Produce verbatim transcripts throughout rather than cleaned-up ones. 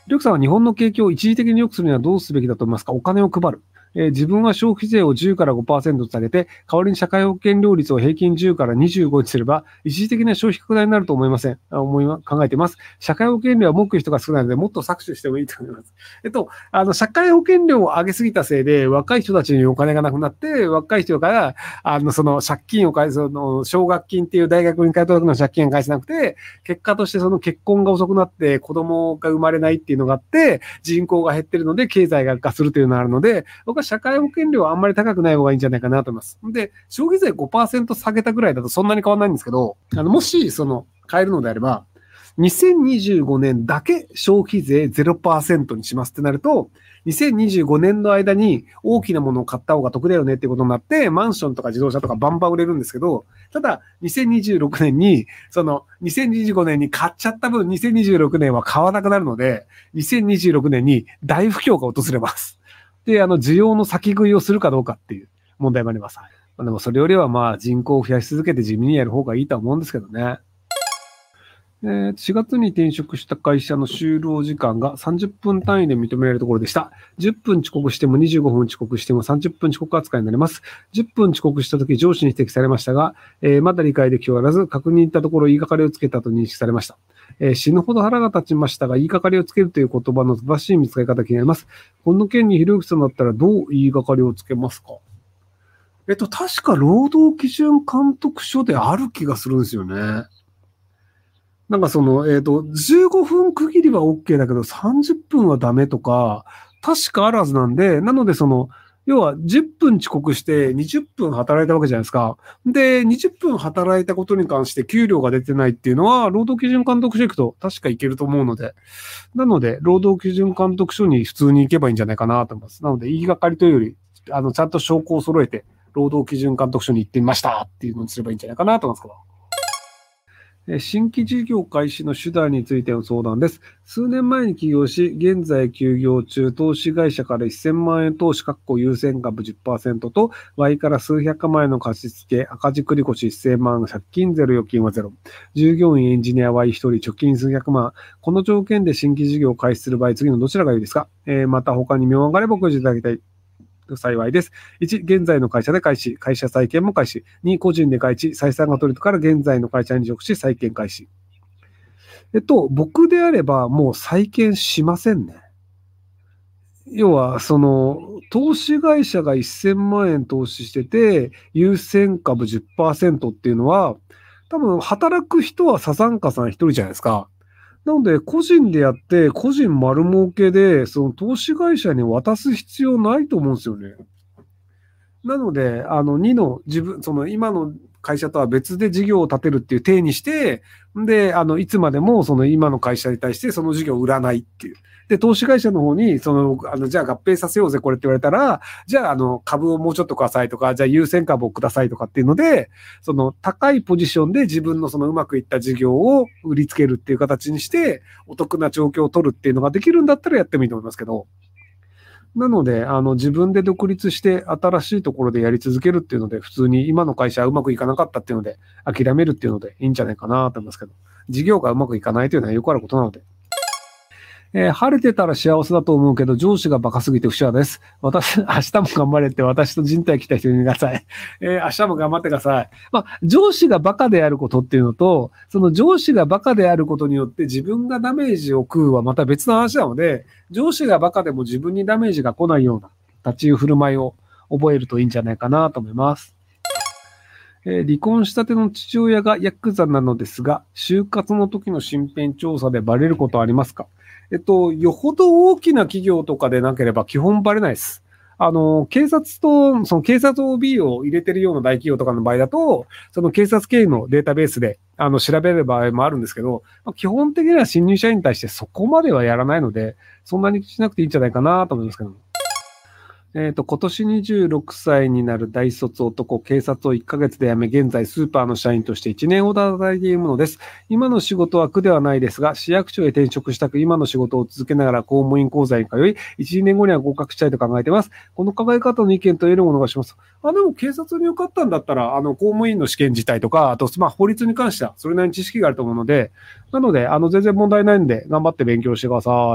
りょうきさんは日本の景気を一時的に良くするにはどうすべきだと思いますか？お金を配る。えー自分は消費税をじゅうからごパーセントと下げて、代わりに社会保険料率を平均じゅうからにじゅうごにすれば、一時的な消費拡大になると思いません。あ思いま、考えています。社会保険料は文句言う人が少ないので、もっと搾取してもいいと思います。えっと、あの、社会保険料を上げすぎたせいで、若い人たちにお金がなくなって、若い人から、あの、その借金を返す、その、奨学金っていう大学に通った時の借金が返せなくて、結果としてその結婚が遅くなって子供が生まれないっていうのがあって、人口が減ってるので経済が悪化するというのがあるので、僕は社会保険料はあんまり高くない方がいいんじゃないかなと思います。で、消費税 ごパーセント 下げたぐらいだとそんなに変わらないんですけど、あの、もし、その、変えるのであれば、にせんにじゅうごねんだけ消費税 ゼロパーセント にしますってなると、にせんにじゅうごねんの間に大きなものを買った方が得だよねっていうことになって、マンションとか自動車とかバンバン売れるんですけど、ただ、にせんにじゅうろくねんに、その、にせんにじゅうごねんに買っちゃった分、にせんにじゅうろくねんは買わなくなるので、にせんにじゅうろくねんに大不況が訪れます。で、あの、需要の先食いをするかどうかっていう問題もあります。まあ、でも、それよりはまあ、人口を増やし続けて地味にやる方がいいとは思うんですけどね。えーしがつに転職した会社の就労時間がさんじゅっぷん単位で認められるところでした。じゅっぷん遅刻してもにじゅうごふん遅刻してもさんじゅっぷん遅刻扱いになります。じゅっぷん遅刻したとき上司に指摘されましたが、えーまだ理解できておらず、確認に行ったところ言いがかりをつけたと認識されました。えー死ぬほど腹が立ちましたが、言いがかりをつけるという言葉の正しい見つかり方が気になります。この件にひろゆきさんだったらどう言いがかりをつけますか？えっと、確か労働基準監督署である気がするんですよね。なんかその、えっと、じゅうごふん区切りは OK だけど、さんじゅっぷんはダメとか、確かあるはずなんで、なのでその、要はじゅっぷん遅刻してにじゅっぷん働いたわけじゃないですか。で、にじゅっぷん働いたことに関して給料が出てないっていうのは、労働基準監督署行くと確かいけると思うので、なので、労働基準監督署に普通に行けばいいんじゃないかなと思います。なので、言いがかりというより、あの、ちゃんと証拠を揃えて、労働基準監督署に行ってみましたっていうのにすればいいんじゃないかなと思いますけど。え新規事業開始の手段についての相談です。数年前に起業し、現在休業中、投資会社からせんまん円投資（優先株 じゅっパーセント）と、倍から数百万円の貸付、赤字繰越せんまん、借金ゼロ、預金はゼロ。従業員エンジニア ワイひとり、貯金数百万。この条件で新規事業を開始する場合、次のどちらがいいですか？えー、また他に妙案があればご教示いただきたい。幸いです。いち、現在の会社で開始、会社再建も開始。に、個人で開始、採算が取れたから現在の会社に移植し、再建開始。えっと、僕であればもう再建しませんね。要は、その、投資会社がせんまん円投資してて、優先株 じゅっパーセント っていうのは、多分働く人はサザンカさん一人じゃないですか。なので、個人でやって、個人丸儲けで、その投資会社に渡す必要ないと思うんですよね。なので、あの、にの自分、その今の会社とは別で事業を立てるっていう体にして、で、あの、いつまでもその今の会社に対してその事業を売らないっていう。で、投資会社の方に、その、あの、じゃあ合併させようぜ、これって言われたら、じゃあ、あの、株をもうちょっとくださいとか、じゃあ優先株をくださいとかっていうので、その高いポジションで自分のそのうまくいった事業を売りつけるっていう形にして、お得な状況を取るっていうのができるんだったらやってもいいと思いますけど、なので、あの、自分で独立して新しいところでやり続けるっていうので、普通に今の会社はうまくいかなかったっていうので、諦めるっていうのでいいんじゃないかなと思いますけど、事業がうまくいかないというのはよくあることなので。えー晴れてたら幸せだと思うけど、上司がバカすぎて不幸です。私、明日も頑張れって私と人体来た人に言ってください。えー明日も頑張ってください。まあ、上司がバカであることっていうのと、その上司がバカであることによって自分がダメージを食うはまた別の話なので、上司がバカでも自分にダメージが来ないような立ち居振る舞いを覚えるといいんじゃないかなと思います。えー離婚したての父親がヤクザなのですが、就活の時の身辺調査でバレることはありますか？えっと、よほど大きな企業とかでなければ基本バレないです。あの、警察と、その警察 オービー を入れてるような大企業とかの場合だと、その警察経由のデータベースで、あの、調べる場合もあるんですけど、まあ基本的には新入社員に対してそこまではやらないので、そんなにしなくていいんじゃないかなと思いますけども。えっと、今年にじゅうろくさいになる大卒男、警察をいっかげつで辞め、現在スーパーの社員としていちねんほど働いているものです。今の仕事は苦ではないですが、市役所へ転職したく、今の仕事を続けながら公務員講座に通い、いち、にねんごには合格したいと考えています。この考え方の意見と得るものがします。あ、でも警察に受かったんだったら、あの、公務員の試験自体とか、あと、まあ、法律に関しては、それなりに知識があると思うので、なので、あの、全然問題ないんで、頑張って勉強してください。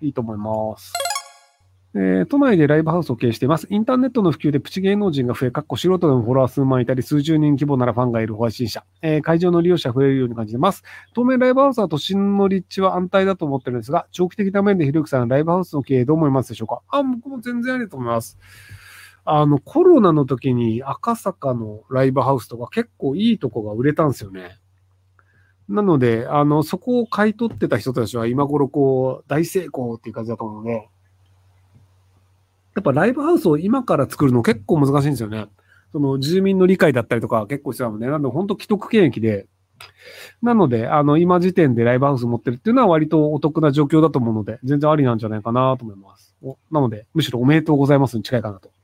いいと思います。えー都内でライブハウスを経営しています。インターネットの普及でプチ芸能人が増え、かっこ素人でもフォロワー数万いたり、数十人規模ならファンがいる配信者。えー会場の利用者が増えるように感じています。当面ライブハウスは都心の立地は安泰だと思ってるんですが、長期的な面でひろゆきさん、ライブハウスの経営どう思いますでしょうか？あ、僕も全然ありだと思います。あの、コロナの時に赤坂のライブハウスとか結構いいとこが売れたんですよね。なので、あの、そこを買い取ってた人たちは今頃こう、大成功っていう感じだと思うので、やっぱライブハウスを今から作るの結構難しいんですよね。その住民の理解だったりとか結構必要なので、なので本当既得権益で、なので、あの、今時点でライブハウス持ってるっていうのは割とお得な状況だと思うので、全然ありなんじゃないかなと思います。おなので、むしろおめでとうございますに近いかなと